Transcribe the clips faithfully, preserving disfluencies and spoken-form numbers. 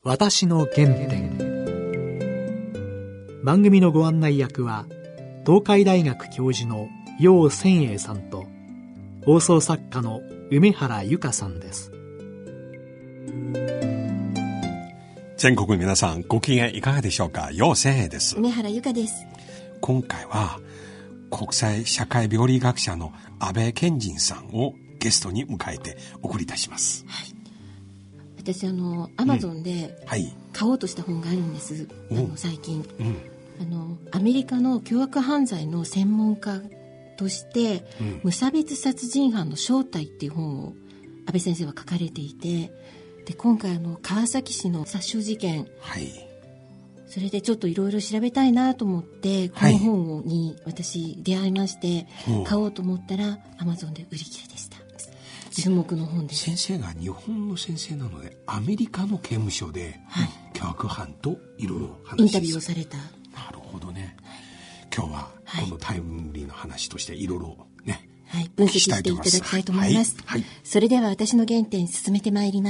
私の原点。番組のご案内役は東海大学教授の楊千栄さんと放送作家の梅原由香さんです。 全国の皆さん、ご機嫌いかがでしょうか。楊千栄です。 梅原由香です。 今回は国際社会病理学者の安倍賢人さんをゲストに迎えてお送りいたします。 はい、私あのアマゾンで買おうとした本があるんです、うん、あの最近、うん、あのアメリカの凶悪犯罪の専門家として、うん、無差別殺人犯の正体っていう本を安倍先生は書かれていて、で今回あの川崎市の殺傷事件、はい、それでちょっといろいろ調べたいなと思ってこの本に私出会いまして、はい、買おうと思ったらアマゾンで売り切れでした。注目の本です。 先生が日本の先生なのでアメリカの刑務所で凶悪犯といろいろ話インタビューをされた。 なるほどね、はい、今日はこのタイムリーな話としていろいろね、 はい、分析していただきたいと思います、はいはい、それでは私の原点進めてまいります。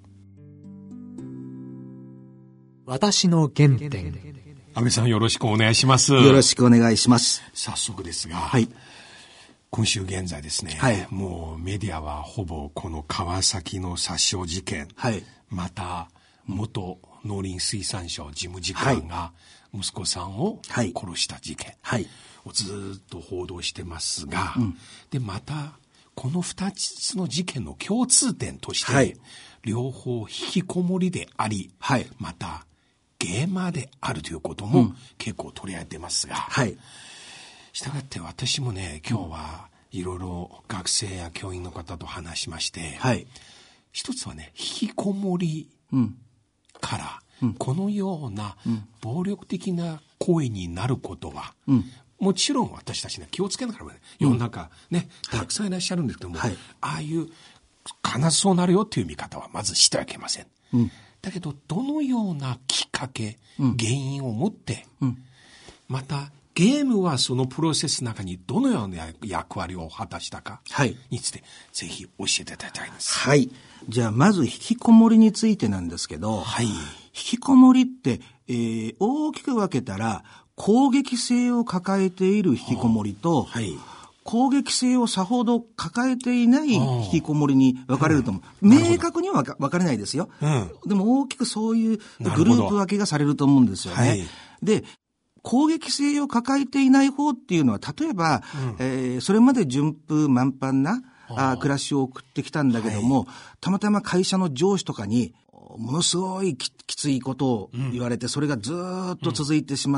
私の原点。 安倍さん、よろしくお願いします。 よろしくお願いします。 早速ですが、 はい、 今週現在ですね、はい、もうメディアはほぼこの川崎の殺傷事件、はい、また元農林水産省事務次官が息子さんを殺した事件をずっと報道してますが、はい、でまたこのふたつの事件の共通点として、はい、両方引きこもりであり、はい、またゲーマーであるということも結構取り上げてますが、はい、したがって私もね、今日はいろいろ学生や教員の方と話しまして、はい、一つはね、引きこもりから、うん、このような暴力的な行為になることは、うん、もちろん私たちね、気をつけながらね、世の中ね、うん、たくさんいらっしゃるんですけども、はい、ああいう必ずそうなるよっていう見方はまずしてはいけません、うん、だけどどのようなきっかけ、うん、原因を持って、うん、またゲームはそのプロセスの中にどのような役割を果たしたかについて、はい、ぜひ教えていただきたいんです。 はい。じゃあまず引きこもりについてなんですけど、はい、引きこもりって、えー、大きく分けたら攻撃性を抱えている引きこもりと、はい、攻撃性をさほど抱えていない引きこもりに分かれると思う。うん、明確には分かれないですよ、うん。でも大きくそういうグループ分けがされると思うんですよね。はい、で攻撃性を抱えていない方っていうのは、例えば、うんえー、それまで順風満帆なあ暮らしを送ってきたんだけども、はい、たまたま会社の上司とかにものすごい き, きついことを言われて、うん、それがずっと続いてしまって、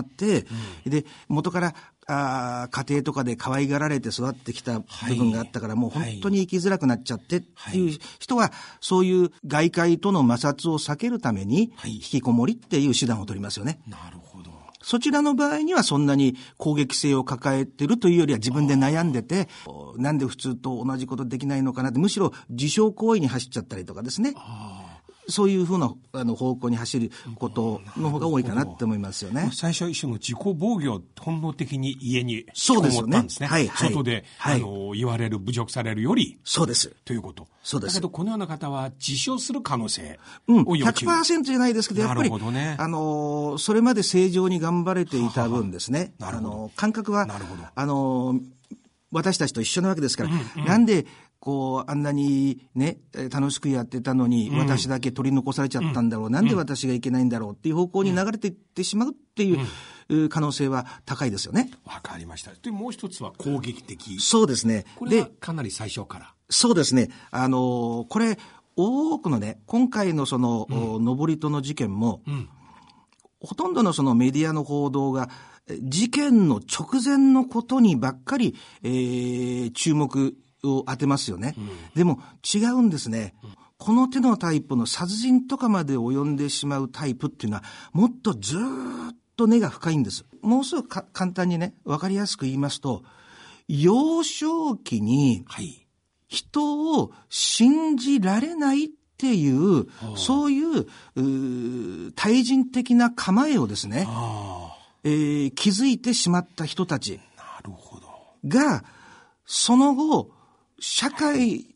うん、で元からあ家庭とかで可愛がられて育ってきた部分があったから、はい、もう本当に生きづらくなっちゃってっていう人は、はい、そういう外界との摩擦を避けるために引きこもりっていう手段を取りますよね。 なるほど。 そちらの場合にはそんなに攻撃性を抱えてるというよりは、自分で悩んでて、なんで普通と同じことできないのかなって、むしろ自傷行為に走っちゃったりとかですね、そういうふうなあの方向に走ることの方が多いかなって思いますよね。 最初は一種の自己防御、本能的に家に引きこもったんですね。そうですよね。はいはい、外で、はい、あの言われる、侮辱されるより、 そうですということ。 そうです。 だけどこのような方は自傷する可能性を予知、うん、ひゃくパーセント じゃないですけど、やっぱり、 ね、 あのそれまで正常に頑張れていた分ですね、はははあの感覚はあの私たちと一緒なわけですから、うんうん、なんでこうあんなにね楽しくやってたのに、うん、私だけ取り残されちゃったんだろう、うん、なんで私がいけないんだろうっていう方向に流れていってしまうっていう、うん、可能性は高いですよね。 わかりました。でもう一つは攻撃的。 そうですね。 これはかなり最初から。 そうですね。あのこれ多くのね、今回のその、うん、登戸の事件も、うん、ほとんどのそのメディアの報道が事件の直前のことにばっかり、えー、注目を当てますよね、うん、でも違うんですね、うん、この手のタイプの殺人とかまで及んでしまうタイプっていうのはもっとずーっと根が深いんです。もうすぐか簡単にね分かりやすく言いますと、幼少期に人を信じられないっていう、はい、そういう、う対人的な構えをですね、えー、気づいてしまった人たちがその後社会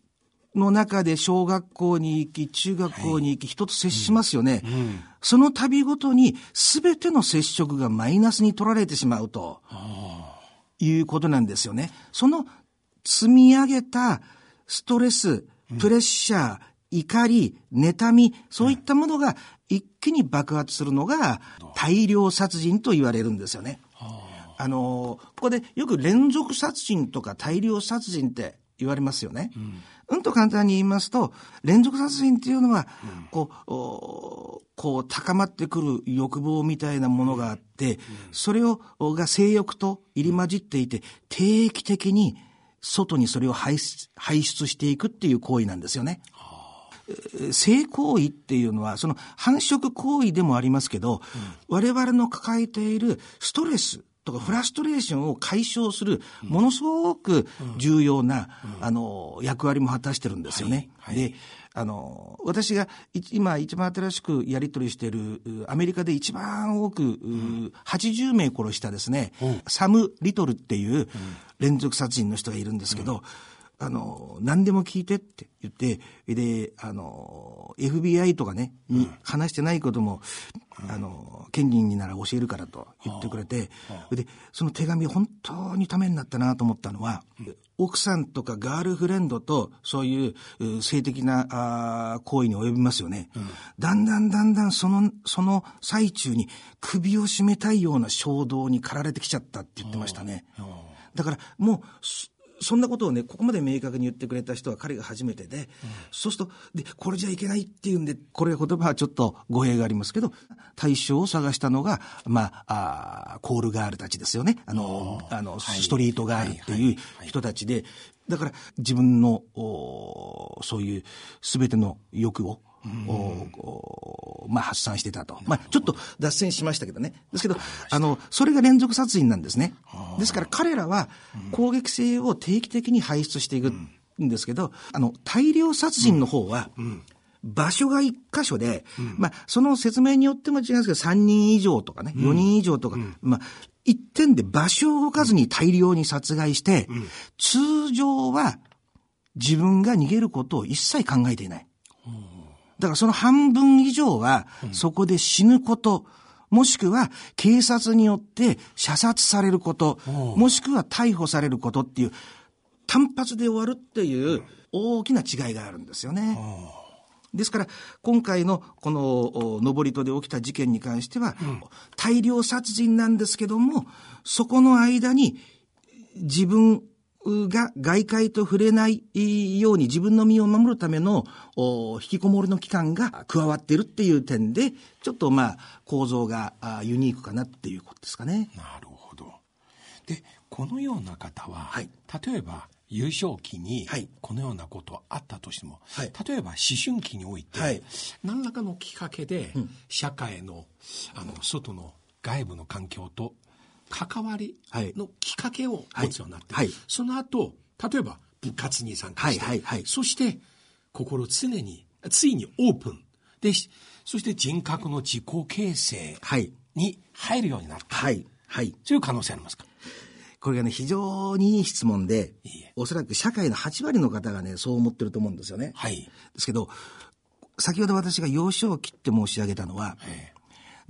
の中で小学校に行き、中学校に行き、人と接しますよね。うんうん、その度ごとに全ての接触がマイナスに取られてしまうということなんですよね。その積み上げたストレス、プレッシャー、怒り、妬み、そういったものが一気に爆発するのが大量殺人と言われるんですよね。あの、ここでよく連続殺人とか大量殺人って言われますよね。うん、うんと簡単に言いますと、連続殺人っていうのは、うん、こう、こう高まってくる欲望みたいなものがあって、うん、それを、が性欲と入り混じっていて、定期的に外にそれを排出、排出していくっていう行為なんですよね。性行為っていうのは、その繁殖行為でもありますけど、うん、我々の抱えているストレス、とかフラストレーションを解消するものすごく重要な、うん、あの役割も果たしてるんですよね。はいはい、で、あの私が今一番新しくやり取りしているアメリカで一番多く、うん、はちじゅうめい殺したですね、うん、サム・リトルっていう連続殺人の人がいるんですけど、うんあの、何でも聞いてって言って、で、あの、エフビーアイ とかね、に話してないことも、うん、あの、県人になら教えるからと言ってくれて、うん、で、その手紙本当にためになったなと思ったのは、うん、奥さんとかガールフレンドとそういう性的なあ行為に及びますよね、うん。だんだんだんだんその、その最中に首を絞めたいような衝動に駆られてきちゃったって言ってましたね。だからもう、そんなことをね、ここまで明確に言ってくれた人は彼が初めてで、うん、そうすると、で、これじゃいけないっていうんで、これ言葉はちょっと語弊がありますけど、対象を探したのが、まあ、あコールガールたちですよね。あの、あの、はい、ストリートガールっていう人たちで、だから自分の、そういう全ての欲を、おまあ、発散してたと。まあ、ちょっと脱線しましたけどね。ですけど、あの、それが連続殺人なんですね。ですから彼らは攻撃性を定期的に排出していくんですけど、あの、大量殺人の方は、場所が一箇所で、まあ、その説明によっても違うんですけど、さんにん以上とかね、よにん以上とか、まあ、一点で場所を動かずに大量に殺害して、通常は自分が逃げることを一切考えていない。だからその半分以上はそこで死ぬこと、うん、もしくは警察によって射殺されること、もしくは逮捕されることっていう単発で終わるっていう大きな違いがあるんですよね。ですから今回のこの登戸で起きた事件に関しては、うん、大量殺人なんですけども、そこの間に自分が外界と触れないように自分の身を守るための引きこもりの期間が加わっているっていう点で、ちょっとまあ構造がユニークかなっていうことですかね。 なるほど。で、このような方は、はい、例えば幼少期にこのようなことあったとしても、はい、例えば思春期において、はい、何らかのきっかけで社会の、あの外の外部の環境と関わりのきっかけを持つようになって、はいはい、その後例えば部活に参加して、はいはいはい、そして心常についにオープンで、そして人格の自己形成に入るようになった、はいはい、そういう可能性ありますか？ これがね、非常にいい質問で、いいおそらく社会のはちわりの方がねそう思ってると思うんですよね、はい、ですけど先ほど私が幼少期って申し上げたのは、はい、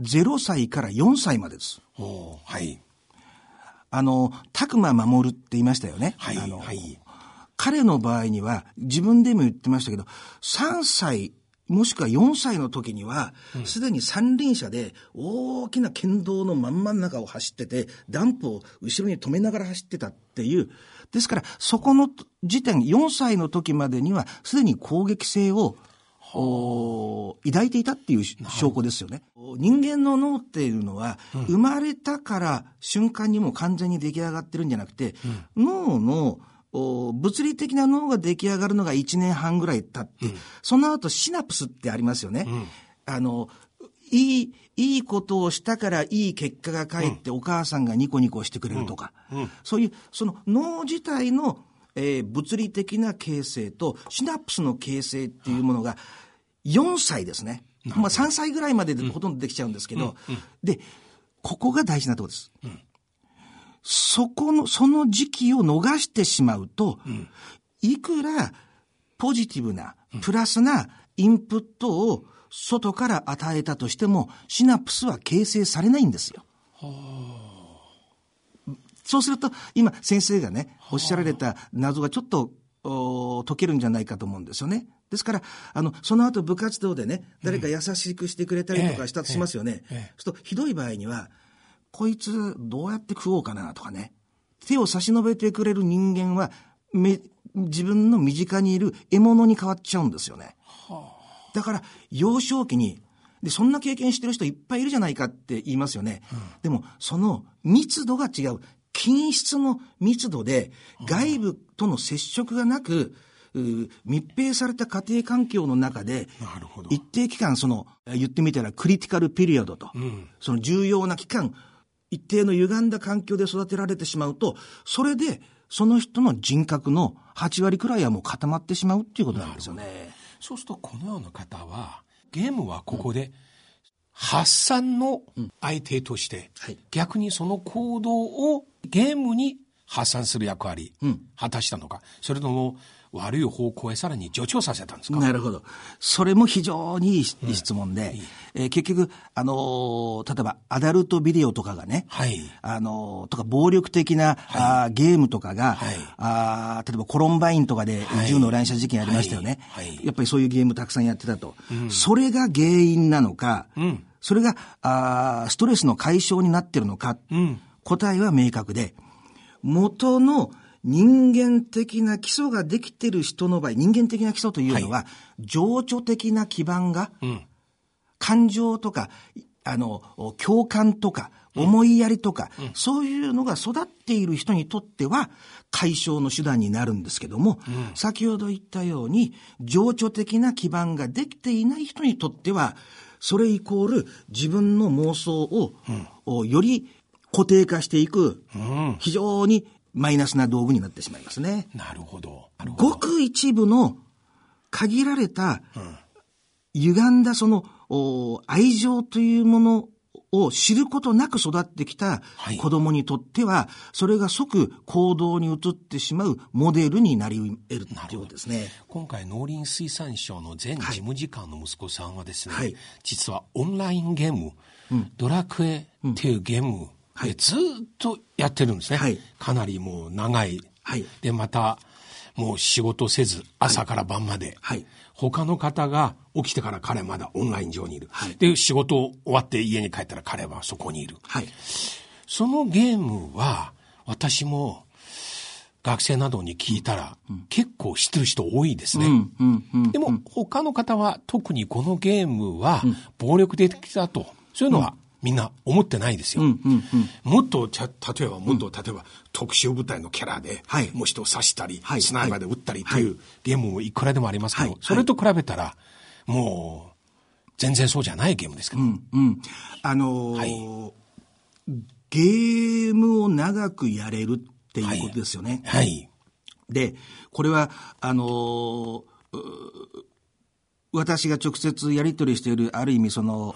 ゼロさいからよんさいまでです。お、はい、あの拓磨守って言いましたよね、はい、あの、はい、彼の場合には自分でも言ってましたけど、さんさいもしくはよんさいの時にはすで、うん、に三輪車で大きな県道の真ん真ん中を走ってて、ダンプを後ろに止めながら走ってたっていう。ですからそこの時点よんさいの時までにはすでに攻撃性を抱いていたっていう証拠ですよね。人間の脳っていうのは、うん、生まれたから瞬間にもう完全に出来上がってるんじゃなくて、うん、脳の物理的な脳が出来上がるのがいちねんはんぐらい経って、うん、その後シナプスってありますよね、うん、あのいいいいことをしたからいい結果が返って、うん、お母さんがニコニコしてくれるとか、うんうん、そういうその脳自体の、えー、物理的な形成とシナプスの形成っていうものがよんさいですね、まあ、さんさいぐらいまででほとんどできちゃうんですけど、うんうんうん、でここが大事なところです、うん、そこのその時期を逃してしまうと、うん、いくらポジティブな、プラスなインプットを外から与えたとしても、シナプスは形成されないんですよ。そうすると、今先生がね、おっしゃられた謎がちょっと解けるんじゃないかと思うんですよね。ですから、あの、その後部活動でね、誰か優しくしてくれたりとかしたとしますよね。そうすると、ひどい場合には、こいつどうやって食おうかなとかね、手を差し伸べてくれる人間は、め、自分の身近にいる獲物に変わっちゃうんですよね。だから、幼少期に、で、そんな経験してる人いっぱいいるじゃないかって言いますよね。うん、でも、その密度が違う。均質の密度で、外部との接触がなく、密閉された家庭環境の中で、一定期間、その、言ってみたらクリティカルピリオドと、うん、その重要な期間、一定の歪んだ環境で育てられてしまうと、それで、その人の人格のはち割くらいはもう固まってしまうっていうことなんですよね。 そうすると、このような方は、ゲームはここで、発散の相手として、うんはい、逆にその行動をゲームに発散する役割、うん、果たしたのか、それとも悪い方向へさらに助長させたんですか。 なるほど。それも非常にいい質問で、うんいいえー、結局、あのー、例えばアダルトビデオとかがね、はい、あのー、とか暴力的な、はい、あゲームとかが、はい、あ例えばコロンバインとかで銃の乱射事件ありましたよね、はいはい、やっぱりそういうゲームたくさんやってたと。うん、それが原因なのか、うん、それがあストレスの解消になってるのか、うん、答えは明確で、元の人間的な基礎ができてる人の場合、人間的な基礎というのは、はい、情緒的な基盤が、うん、感情とか、あの、共感とか、思いやりとか、うん、そういうのが育っている人にとっては、解消の手段になるんですけども、うん、先ほど言ったように、情緒的な基盤ができていない人にとっては、それイコール自分の妄想を、うん、より固定化していく、うん、非常にマイナスな道具になってしまいますね。 なるほど。なるほど。 ごく一部の限られた、うん、歪んだその愛情というものを知ることなく育ってきた子供にとっては、はい、それが即行動に移ってしまうモデルになり得るということですね。 今回農林水産省の前事務次官の息子さんはですね、はい、実はオンラインゲーム、うん、ドラクエっていうゲームでずっとやってるんですね。はい、かなりもう長い。はい、で、またもう仕事せず朝から晩まで。はい、他の方が起きてから彼はまだオンライン上にいる。はい、で、仕事終わって家に帰ったら彼はそこにいる。はい、そのゲームは私も学生などに聞いたら、うん、結構知ってる人多いですね。うんうんうんうん、でも他の方は特にこのゲームは暴力的だと、そういうのは、うんみんな思ってないですよ。うんうんうん、もっとちゃ、例えばもっと、うん、例えば特殊部隊のキャラで、はい、もう人を刺したり、はい、スナイパーで撃ったりという、はい、ゲームもいくらでもありますけど、はい、それと比べたら、もう、全然そうじゃないゲームですけど。うんうん、 あのーはい、ゲームを長くやれるっていうことですよね。はい。はい、で、これは、あのー、私が直接やり取りしている、ある意味その、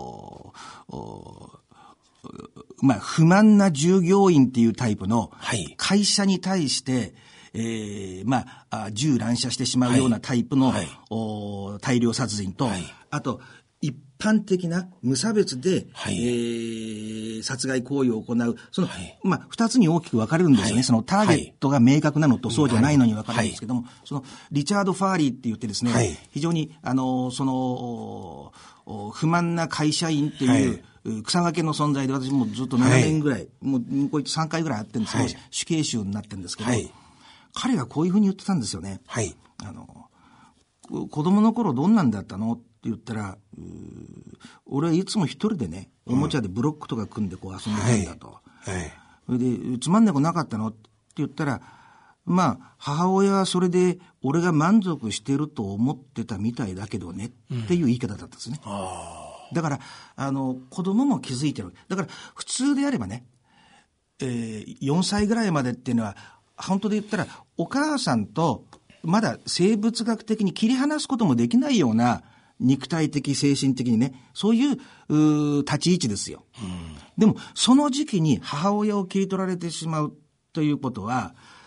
うん、まあ、不満な従業員っていうタイプの会社に対して、はいえー、まあ、銃乱射してしまうようなタイプの、はいはい、大量殺人と、はい、あと、一般的な無差別で、はいえー、殺害行為を行う、その、はい、まあ、二つに大きく分かれるんですよね。はい、そのターゲットが明確なのと、はい、そうじゃないのに分かれるんですけども、はい、その、リチャード・ファーリーって言ってですね、はい、非常に、あの、その、不満な会社員っていう、はい、草分けの存在で、私もずっとななねんぐらい、はい、もう、こいつさんかいぐらい会ってるんですけど、はい、死刑囚になってるんですけど、はい、彼がこういうふうに言ってたんですよね。はい。あの、子供の頃どんなんだったのって言ったら、俺はいつも一人でね、おもちゃでブロックとか組んでこう遊んでるんだと。はい。はい、それで、つまんなくなかったのって言ったら、まあ、母親はそれで俺が満足してると思ってたみたいだけどね、っていう言い方だったんですね。あだから、あの、子供も気づいてる。だから、普通であればね、えー、よんさいぐらいまでっていうのは、本当で言ったら、お母さんと、まだ生物学的に切り離すこともできないような、肉体的、精神的にね、そういう、う立ち位置ですよ。うん、でも、その時期に母親を切り取られてしまうということは、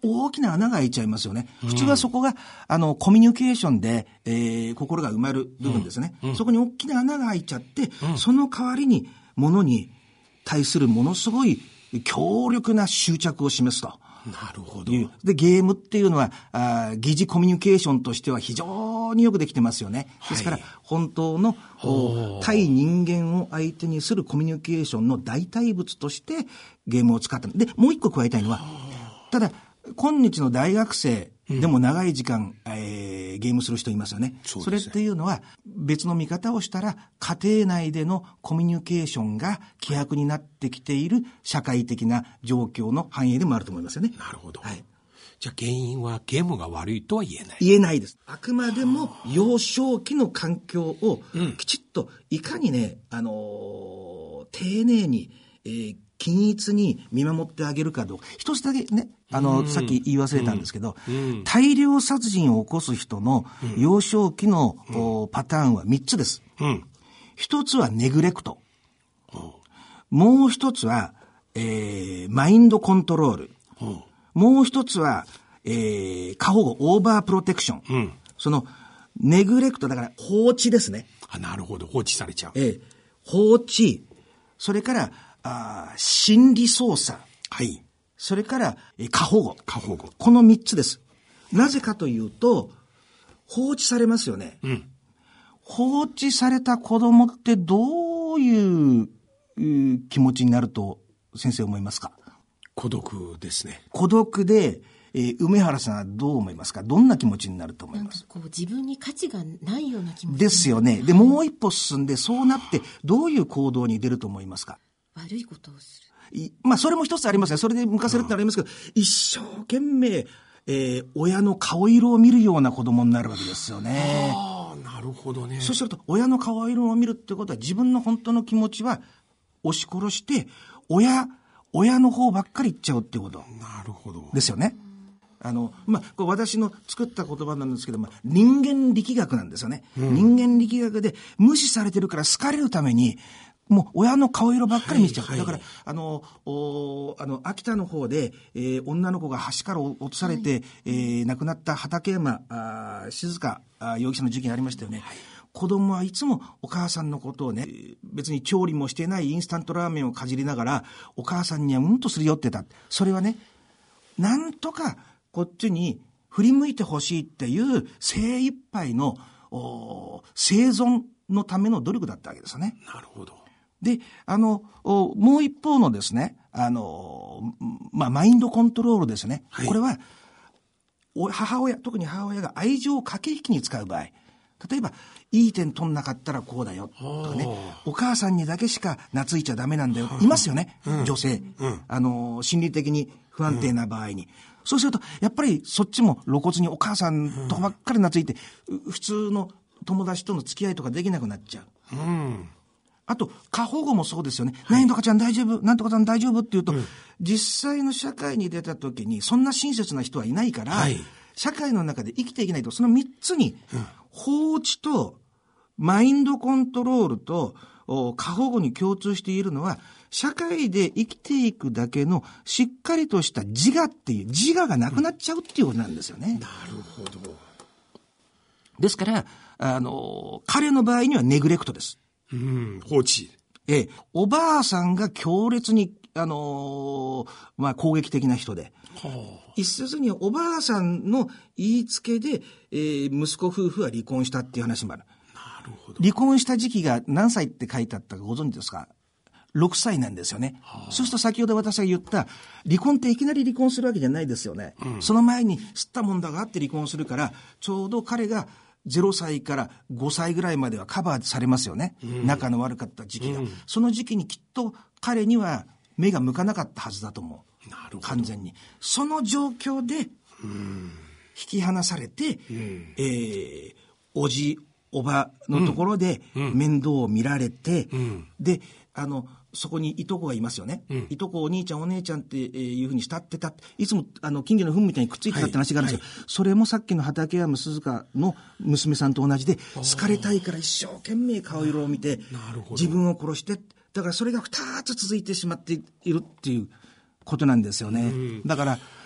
大きな穴が開いちゃいますよね。普通はそこが、あの、コミュニケーションで、えー、心が埋まる部分ですね。うんうん、そこに大きな穴が開いちゃって、うん、その代わりに、ものに対するものすごい強力な執着を示すと。 なるほど。 で、ゲームっていうのは、あ疑似コミュニケーションとしては非常によくできてますよね。ですから、はい、本当の対人間を相手にするコミュニケーションの代替物としてゲームを使った。で、もう一個加えたいのは、ただ、今日の大学生でも長い時間、うんえー、ゲームする人いますよね。そ, それっていうのは別の見方をしたら家庭内でのコミュニケーションが希薄になってきている社会的な状況の反映でもあると思いますよね。 なるほど。はい、じゃあ原因はゲームが悪いとは言えない。 言えないです。あくまでも幼少期の環境をきちっといかにね、あのー、丁寧に、えー均一に見守ってあげるかどうか。一つだけね、あの、うん、さっき言い忘れたんですけど、うん、大量殺人を起こす人の幼少期の、うん、パターンはみっつです。うん、一つはネグレクト。うん、もう一つは、えー、マインドコントロール。うん、もう一つは、えー、過保護、オーバープロテクション。うん、その、ネグレクトだから放置ですね。 あ、なるほど。放置されちゃう。 えー、放置。それから、あ心理操作。 はい。 それから、え過保護。 過保護。 この三つです。なぜかというと、放置されますよね。うん。放置された子供ってどういう、うー気持ちになると先生思いますか？ 孤独ですね。 孤独で、えー、梅原さんはどう思いますか？どんな気持ちになると思います？ こう自分に価値がないような気持ちですよね。で、もう一歩進んで、そうなってどういう行動に出ると思いますか？ 悪いことをする。まあ、それも一つありますね。それで向かせるってありますけど、一生懸命、えー、親の顔色を見るような子供になるわけですよね。 ああ、なるほどね。 そうすると、親の顔色を見るってことは、自分の本当の気持ちは押し殺して、親、親の方ばっかり言っちゃうってこと。 なるほど。 ですよね。あの、まあ、これ私の作った言葉なんですけど、まあ、人間力学なんですよね。うん、人間力学で無視されてるから好かれるために、もう親の顔色ばっかり見ちゃう。はいはい、だから、あの、おあの、秋田の方で、えー、女の子が橋から落とされて、はい、えー、亡くなった畠山あ静香あ容疑者の事件ありましたよね。はい、子供はいつもお母さんのことをね、別に調理もしてないインスタントラーメンをかじりながら、お母さんにはうんとすり寄ってた。それはね、なんとかこっちに振り向いてほしいっていう精一杯の生存のための努力だったわけですよね。 なるほど。 で、あの、もう一方のですね、あの、まあ、マインドコントロールですね。はい、これは、母親、特に母親が愛情を駆け引きに使う場合、例えば、いい点取んなかったらこうだよ、とかね、お母さんにだけしか懐いちゃダメなんだよ、いますよね、うん、女性、うん。あの、心理的に不安定な場合に。うん、そうすると、やっぱりそっちも露骨にお母さんとかばっかり懐いて、うん、普通の友達との付き合いとかできなくなっちゃう。うんあと、過保護もそうですよね。はい、なんとかちゃん大丈夫、なんとかちゃん大丈夫って言うと、うん、実際の社会に出た時に、そんな親切な人はいないから、はい、社会の中で生きていけないと、そのみっつに、うん、放置と、マインドコントロールと、過保護に共通しているのは、社会で生きていくだけのしっかりとした自我っていう、自我がなくなっちゃうっていうことなんですよね。うん、 なるほど。 ですから、あの、彼の場合にはネグレクトです。 うん、放置。 ええ、おばあさんが強烈に、あのー、まあ、攻撃的な人で。はあ、一説にはおばあさんの言いつけで、えー、息子夫婦は離婚したっていう話もある。 なるほど。 離婚した時期が何歳って書いてあったかご存知ですか？ろくさいなんですよね。はあ、そうすると先ほど私が言った、離婚っていきなり離婚するわけじゃないですよね。うん、その前に吸ったもんだがあって離婚するから、ちょうど彼が、ゼロさいからごさいぐらいまではカバーされますよね。うん、仲の悪かった時期が、うん。その時期にきっと彼には目が向かなかったはずだと思う。 なるほど。 完全に。その状況で、引き離されて、うん、えー、おじ、おばのところで面倒を見られて、うん、で、あの、そこにいとこがいますよね。うん、いとこお兄ちゃんお姉ちゃんっていうふうに慕ってた。いつもあの金魚の糞みたいにくっついてたって話があるんですけど、はいはい、それもさっきの畠山鈴香の娘さんと同じで、好かれたいから一生懸命顔色を見て、自分を殺して、だからそれが二つ続いてしまっているっていうことなんですよね。うん、だから、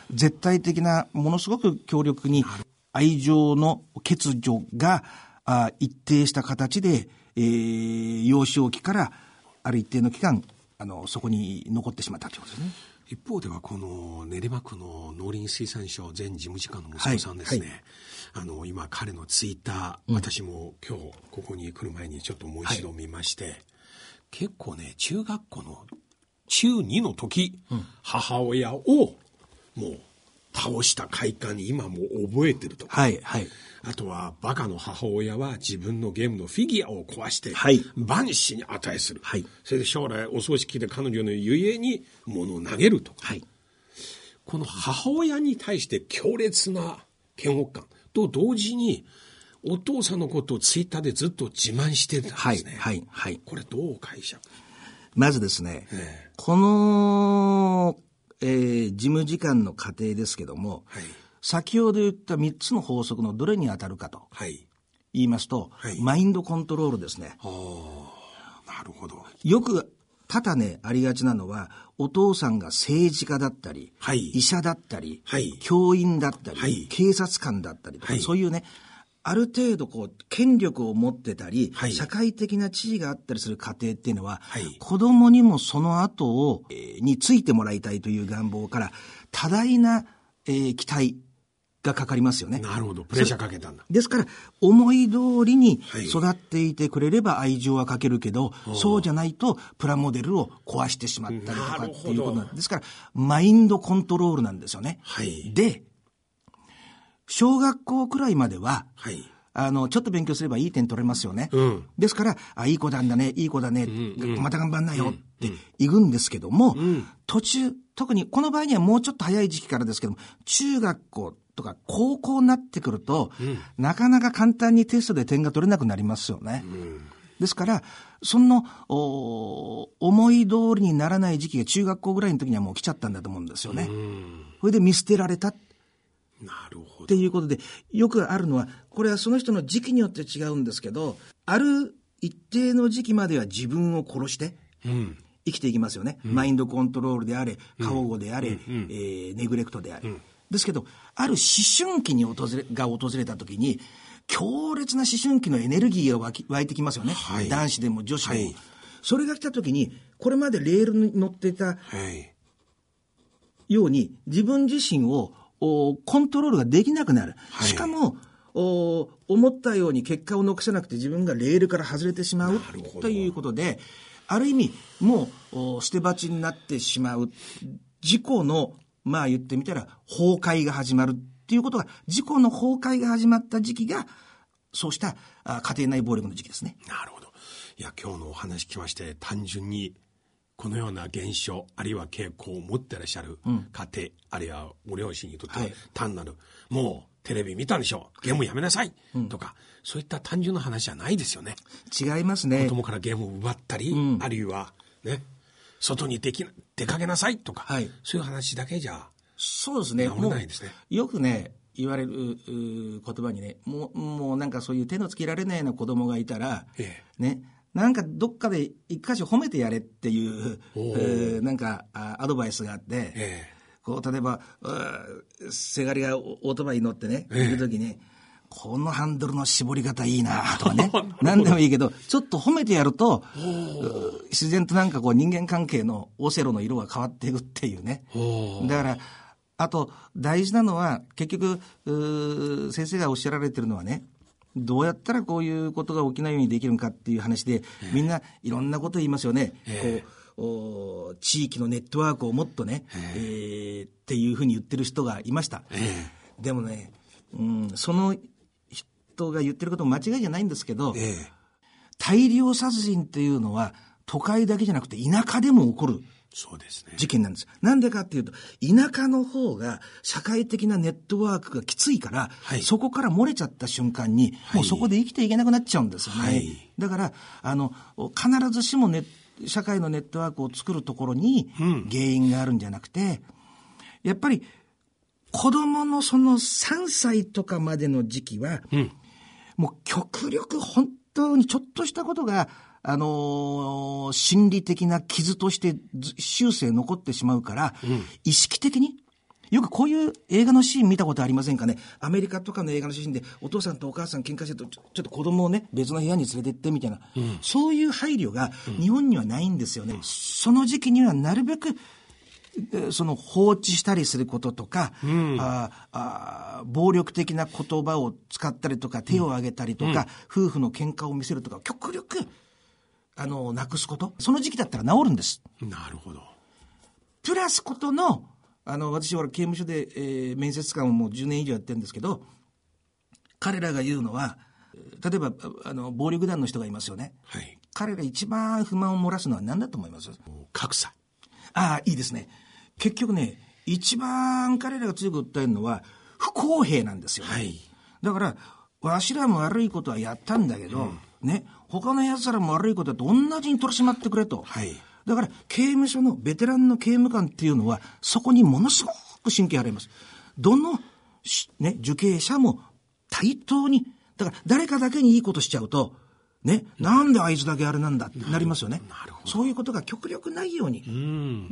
絶対的なものすごく強力に愛情の欠如があ一定した形で、えー、幼少期からある一定の期間あのそこに残ってしまったということですね。 一方ではこの練馬区の農林水産省前事務次官の息子さんですね、はいはい、あの今彼のツイッター、うん、私も今日ここに来る前にちょっともう一度見まして、はい、結構ね中学校の中にの時、うん、母親をもう倒した快感に今も覚えてるとか、 はいはい、 あとはバカの母親は自分のゲームのフィギュアを壊して、 はい、 万死に値する、 はい、 それで将来お葬式で彼女のゆえに物を投げるとか、 はい、 この母親に対して強烈な嫌悪感と同時にお父さんのことをツイッターでずっと自慢してたんですね、 はいはいはい、 これどう解釈？ まずですね、えー、このえー、事務次官の過程ですけども、はい、先ほど言ったみっつの法則のどれに当たるかと言いますと、はい、マインドコントロールですね。 なるほど。 よく多々ねありがちなのはお父さんが政治家だったり、はい、医者だったり、はい、教員だったり、はい、警察官だったりとか、はい、そういうねある程度こう権力を持ってたり、はい、社会的な地位があったりする家庭っていうのは、はい、子供にもその後を、えー、についてもらいたいという願望から多大な、えー、期待がかかりますよね。 なるほど、プレッシャーかけたんだ。 ですから思い通りに育っていてくれれば愛情はかけるけど、はい、そうじゃないとプラモデルを壊してしまったりとかっていうことなんですからマインドコントロールなんですよね、 はい、 で小学校くらいまでは、はい、あのちょっと勉強すればいい点取れますよね、うん、ですからあいい子なんだねいい子だね、うんうん、また頑張んなよって言うんですけども、うん、途中特にこの場合にはもうちょっと早い時期からですけども中学校とか高校になってくると、うん、なかなか簡単にテストで点が取れなくなりますよね、うん、ですからその思い通りにならない時期が中学校ぐらいの時にはもう来ちゃったんだと思うんですよね、うん、それで見捨てられたなるほどっていうことでよくあるのはこれはその人の時期によって違うんですけどある一定の時期までは自分を殺して生きていきますよね、うん、マインドコントロールであれ過保護であれ、うん、えー、ネグレクトであれ、うん、ですけどある思春期に訪れが訪れた時に強烈な思春期のエネルギーが湧き湧いてきますよね、はい、男子でも女子でも、はい、それが来た時にこれまでレールに乗っていたように自分自身をコントロールができなくなる、はい、しかも思ったように結果を残せなくて自分がレールから外れてしまうということである意味もう捨て鉢になってしまう自己のまあ言ってみたら崩壊が始まるっていうことが自己の崩壊が始まった時期がそうした家庭内暴力の時期ですね。 なるほど。いや今日のお話聞きまして単純にこのような現象あるいは傾向を持ってらっしゃる家庭、うん、あるいはご両親にとっては単なる、はい、もうテレビ見たんでしょゲームやめなさい、うん、とかそういった単純な話じゃないですよね。 違いますね。 子供からゲームを奪ったり、うん、あるいはね外にできな出かけなさいとか、はい、そういう話だけじゃそうですね。 治らないですね。 もうよくね言われる言葉にねもう、もうなんかそういう手のつけられないような子供がいたら、ええ、ねなんかどっかで一箇所褒めてやれっていう、えー、なんかアドバイスがあって、ええ、こう例えばせがれがオートバイに乗ってね、ええ、行く時にこのハンドルの絞り方いいなとかね何でもいいけどちょっと褒めてやると自然となんかこう人間関係のオセロの色が変わっていくっていうね。だからあと大事なのは結局先生がおっしゃられてるのはねどうやったらこういうことが起きないようにできるのかっていう話で、えー、みんないろんなこと言いますよね、えー、こう地域のネットワークをもっとね、えーえー、っていうふうに言ってる人がいました、えー、でもね、うん、その人が言ってることも間違いじゃないんですけど、えー、大量殺人っていうのは都会だけじゃなくて田舎でも起こるそうですね。 事件なんです。なんでかっていうと田舎の方が社会的なネットワークがきついから、はい、そこから漏れちゃった瞬間に、はい、もうそこで生きていけなくなっちゃうんですよね、はい、だからあの必ずしも、ね、社会のネットワークを作るところに原因があるんじゃなくて、うん、やっぱり子供のそのさんさいとかまでの時期は、うん、もう極力本当にちょっとしたことがあのー、心理的な傷として終生残ってしまうから、うん、意識的によくこういう映画のシーン見たことありませんかね。アメリカとかの映画のシーンでお父さんとお母さん喧嘩してるとちょ、ちょっと子供をね別の部屋に連れて行ってみたいな、うん、そういう配慮が日本にはないんですよね、うん、その時期にはなるべくその放置したりすることとか、うん、ああ暴力的な言葉を使ったりとか手を挙げたりとか、うん、夫婦の喧嘩を見せるとか極力あのなくすこと、その時期だったら治るんです。 なるほど。 プラスことのあの私は刑務所で、えー、面接官をもうじゅうねん以上やってるんですけど、彼らが言うのは例えばあの暴力団の人がいますよね、はい、彼ら一番不満を漏らすのは何だと思います？ 格差。 ああいいですね。結局ね一番彼らが強く訴えるのは不公平なんですよね、はい、だからわしらも悪いことはやったんだけど、うんね、他の奴らも悪いことだと同じに取り締まってくれと、はい、だから刑務所のベテランの刑務官っていうのはそこにものすごく神経払います。どの、ね、受刑者も対等に、だから誰かだけにいいことしちゃうとね、なんであいつだけあれなんだってなりますよね。なるほど。そういうことが極力ないように。うん。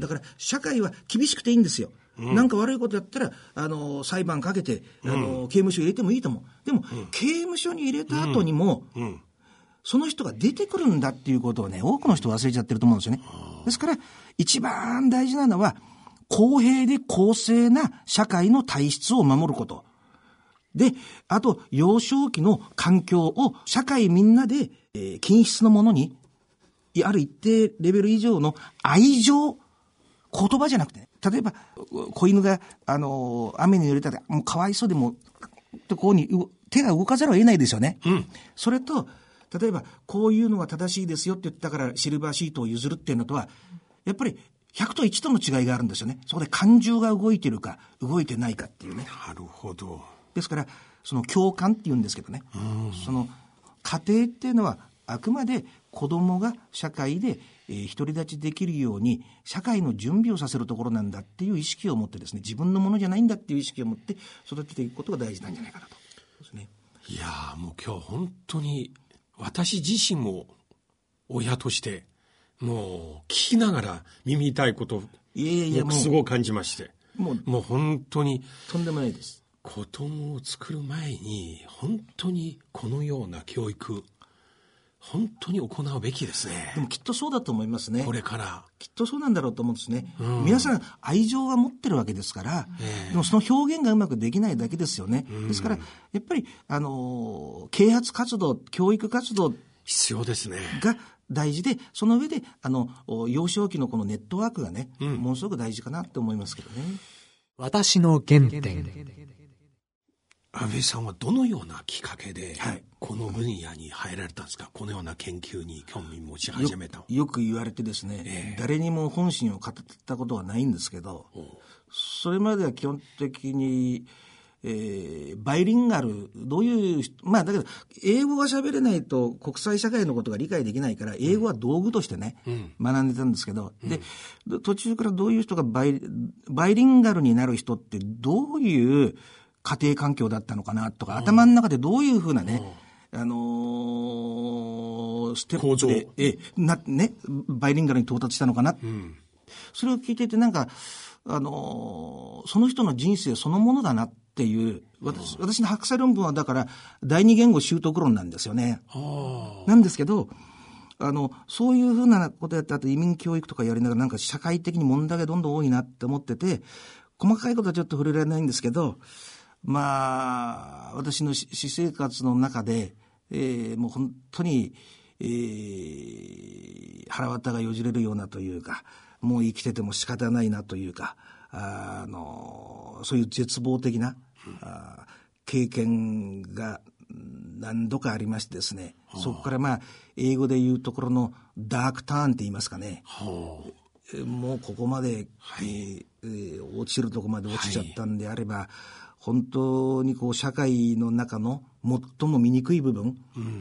だから社会は厳しくていいんですよ。うん、なんか悪いことやったらあの裁判かけてあの、うん、刑務所入れてもいいと思う。でも、うん、刑務所に入れた後にも、うんうん、その人が出てくるんだっていうことをね多くの人忘れちゃってると思うんですよね。ですから一番大事なのは公平で公正な社会の体質を守ることで、あと幼少期の環境を社会みんなで、えー、均質のものにある一定レベル以上の愛情、言葉じゃなくて、ね、例えば子犬が、あのー、雨に濡れたらもうかわいそうでもここに手が動かざるを得ないですよね、うん、それと例えばこういうのが正しいですよって言ったからシルバーシートを譲るっていうのとはやっぱりひゃくといちとの違いがあるんですよね。そこで感情が動いてるか動いてないかっていうね。 なるほど。 ですからその共感っていうんですけどね、その家庭っていうのはあくまで子供が社会で、えー、独り立ちできるように社会の準備をさせるところなんだっていう意識を持ってですね、自分のものじゃないんだっていう意識を持って育てていくことが大事なんじゃないかなとですね。 いやーもう今日本当に私自身も親としてもう聞きながら耳痛いことをすごく感じまして、もうもう本当にとんでもないです。 子供を作る前に本当にこのような教育本当に行うべきですね。 でもきっとそうだと思いますね。 これからきっとそうなんだろうと思うんですね、うん、皆さん愛情は持ってるわけですから、えー、でもその表現がうまくできないだけですよね、うん、ですからやっぱりあの啓発活動、教育活動必要ですねが大事で、その上であの幼少期のこのネットワークがね、うん、ものすごく大事かなと思いますけどね。 私の原点。 安倍さんはどのようなきっかけでこの分野に入られたんですか？このような研究に興味持ち始めた。 よ, よく言われてですね、えー、誰にも本心を語ったことはないんですけど、それまでは基本的に、えー、バイリンガル、どういうまあだけど英語が喋れないと国際社会のことが理解できないから英語は道具としてね、うん、学んでたんですけど、うん、で途中からどういう人がバイ、バイリンガルになる人ってどういう家庭環境だったのかなとか、頭の中でどういうふうなね、あのー、ステップでえな、ね、バイリンガルに到達したのかな、うん、それを聞いていてなんか、あのー、その人の人生そのものだなっていう、私、私の博士論文はだから第二言語習得論なんですよね。なんですけどあのそういうふうなことやって、あと移民教育とかやりながらなんか社会的に問題がどんどん多いなって思ってて、細かいことはちょっと触れられないんですけど、まあ私の私生活の中で、えー、もう本当に、えー、腹渡がよじれるようなというか、もう生きてても仕方ないなというか、あのそういう絶望的な、うん、あ経験が何度かありましてですね、はあ、そこからまあ英語でいうところのダークターンって言いますかね、はあ、もうここまで、はいえー、落ちるとこまで落ちちゃったんであれば、はい、本当にこう社会の中の最も醜い部分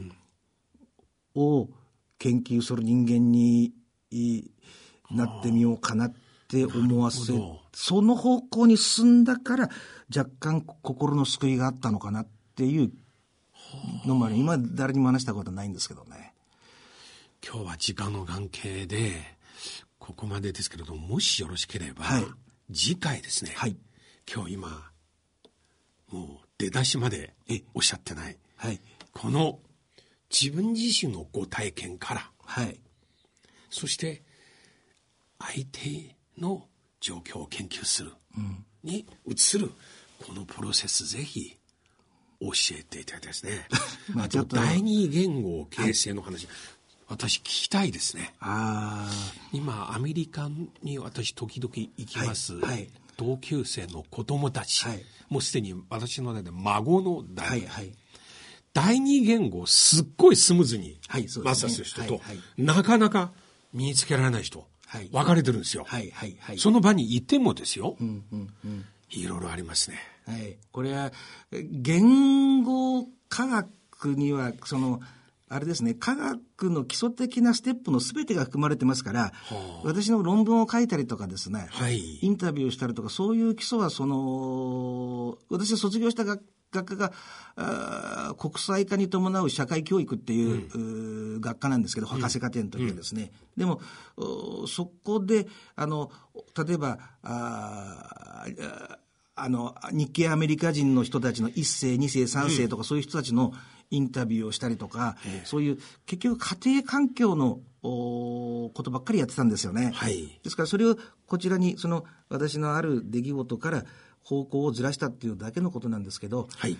を研究する人間になってみようかなって思わせ、その方向に進んだから若干心の救いがあったのかなっていうのもあり、今誰にも話したことはないんですけどね。 今日は時間の関係でここまでですけれども、もしよろしければ、はい、次回ですね、はい、 今日今もう出だしまでおっしゃってない、 はい、 この自分自身のご体験から、 はい、 そして相手の状況を研究するに移るこのプロセス、ぜひ教えていただきたいですね。まあ、ちょっと第二言語形成の話、はい、私聞きたいですね。 あ今アメリカに私時々行きます、はいはい、同級生の子供たち、はい、もうすでに私の中で孫の代、はいはい、第二言語すっごいスムーズにマスターする人と、はいはいはい、なかなか身につけられない人、はい、分かれてるんですよ、はいはいはい、その場にいてもですよ、うんうんうん、いろいろありますね。 はい、これは言語科学にはそのあれですね、科学の基礎的なステップの全てが含まれてますから、はあ、私の論文を書いたりとかですね、はい、インタビューしたりとかそういう基礎はその私が卒業した学学科が国際化に伴う社会教育っていう、うん、学科なんですけど、博士課程の時はですね、うん、でもそこであの例えばああの日系アメリカ人の人たちのいっ世に世さん世とか、うん、そういう人たちのインタビューをしたりとか、うん、そういう結局家庭環境のことばっかりやってたんですよね、はい、ですからそれをこちらにその私のある出来事から方向をずらしたっていうだけのことなんですけど、はい、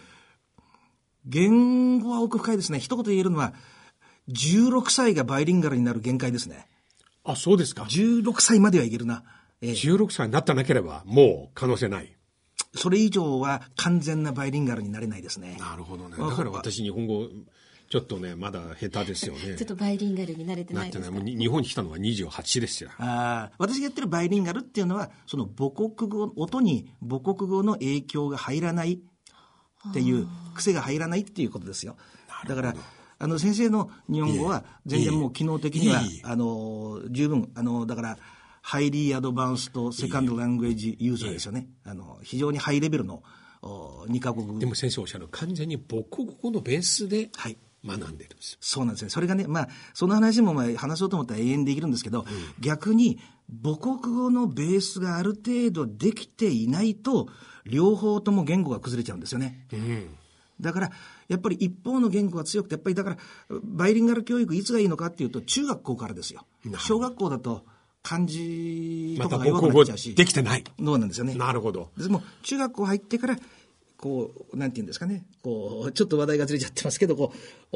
言語は奥深いですね。一言言えるのはじゅうろくさいがバイリンガルになる限界ですね。 あ、そうですか。 じゅうろくさいまではいけるな、 えー、じゅうろくさいになってなければもう可能性ない。 それ以上は完全なバイリンガルになれないですね。 なるほどね。だから私日本語ちょっとねまだ下手ですよね。 ちょっとバイリンガルに慣れてないですか。 もう日本に来たのはにじゅうはちですよ。 あ、私がやってるバイリンガルっていうのはその母国語、音に母国語の影響が入らないっていう癖が入らないっていうことですよ。だからあの先生の日本語は全然もう機能的にはあの十分あのだからハイリーアドバンスとセカンドラングエージユーザーですよね。あの非常にハイレベルのにカ国。 でも先生おっしゃる完全に母国語のベースで学んでるんです、はい、 そうなんですね。それがね、まあその話もまあ話そうと思ったら永遠できるんですけど、うん、逆に母国語のベースがある程度できていないと両方とも言語が崩れちゃうんですよね、うん、だからやっぱり一方の言語が強くて、やっぱりだからバイリンガル教育いつがいいのかっていうと中学校からですよ。小学校だと漢字とかが弱くなっちゃうし、 また母国語できてない。 そうなんですよね。 なるほど。 でも中学校入ってからこうなんていうんですかね、こうちょっと話題がずれちゃってますけど、こう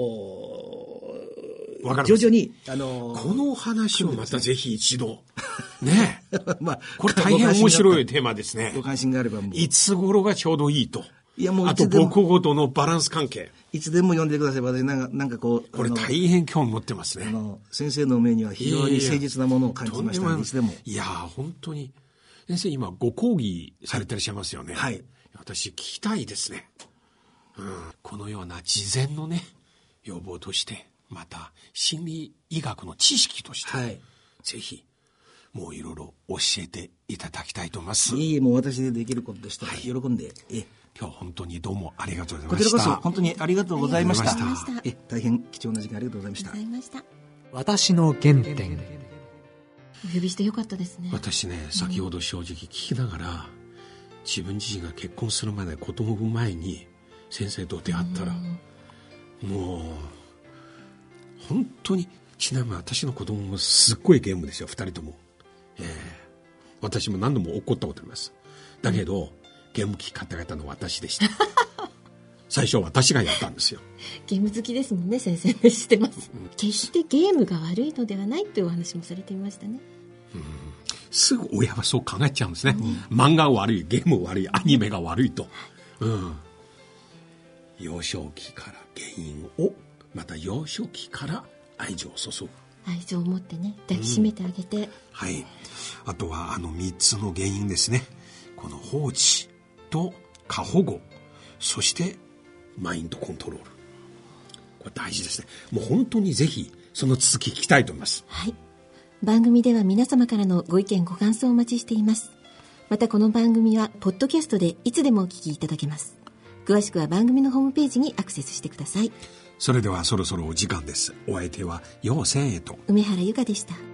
お徐々にあのこの話をまたぜひ一度ねまあこれ大変面白いテーマですね。 ご関心があればもういつ頃がちょうどいいと。いやもうあと母国語とのバランス関係。 いつでも読んでください。私なんかなんかこうこれ大変興味持ってますね。 あの先生の目には非常に誠実なものを感じましたので、いつでも。 いや本当に先生今ご講義されてらっしゃいますよね。はい。はい、私聞きたいですね。うん、このような事前のね要望としてまた心理医学の知識として、はい、ぜひもういろいろ教えていただきたいと思います。 いいえ、もう私でできることでしたら、はい、喜んでえ今日本当にどうもありがとうございました。 こちらこそ本当にありがとうございました。え大変貴重な時間ありがとうございました。 私の原点。 お呼びしてよかったですね。 私ね先ほど正直聞きながら、うん、自分自身が結婚するまで子供を産む前に先生と出会ったら、うん、もう本当にちなみに私の子供もすっごいゲームですよふたりとも、えー、私も何度も怒ったことあります。だけど、うん、ゲーム機買ってあげたのは私でした最初は私がやったんですよ。 ゲーム好きですもんね先生ね。知ってます、うん、決してゲームが悪いのではないというお話もされていましたね。 うん、すぐ親はそう考えちゃうんですね、うん、漫画が悪いゲーム悪いアニメが悪いと、うん、幼少期から原因をまた幼少期から愛情を注ぐ、 愛情を持ってね抱きしめてあげて、うん、 はい。あとはあのみっつの原因ですね。この放置と過保護、そしてマインドコントロール、これ大事ですね。もう本当にぜひその続き聞きたいと思います。 はい、番組では皆様からのご意見ご感想をお待ちしています。またこの番組はポッドキャストでいつでもお聞きいただけます。詳しくは番組のホームページにアクセスしてください。 それではそろそろお時間です。お相手は陽千恵と梅原由香でした。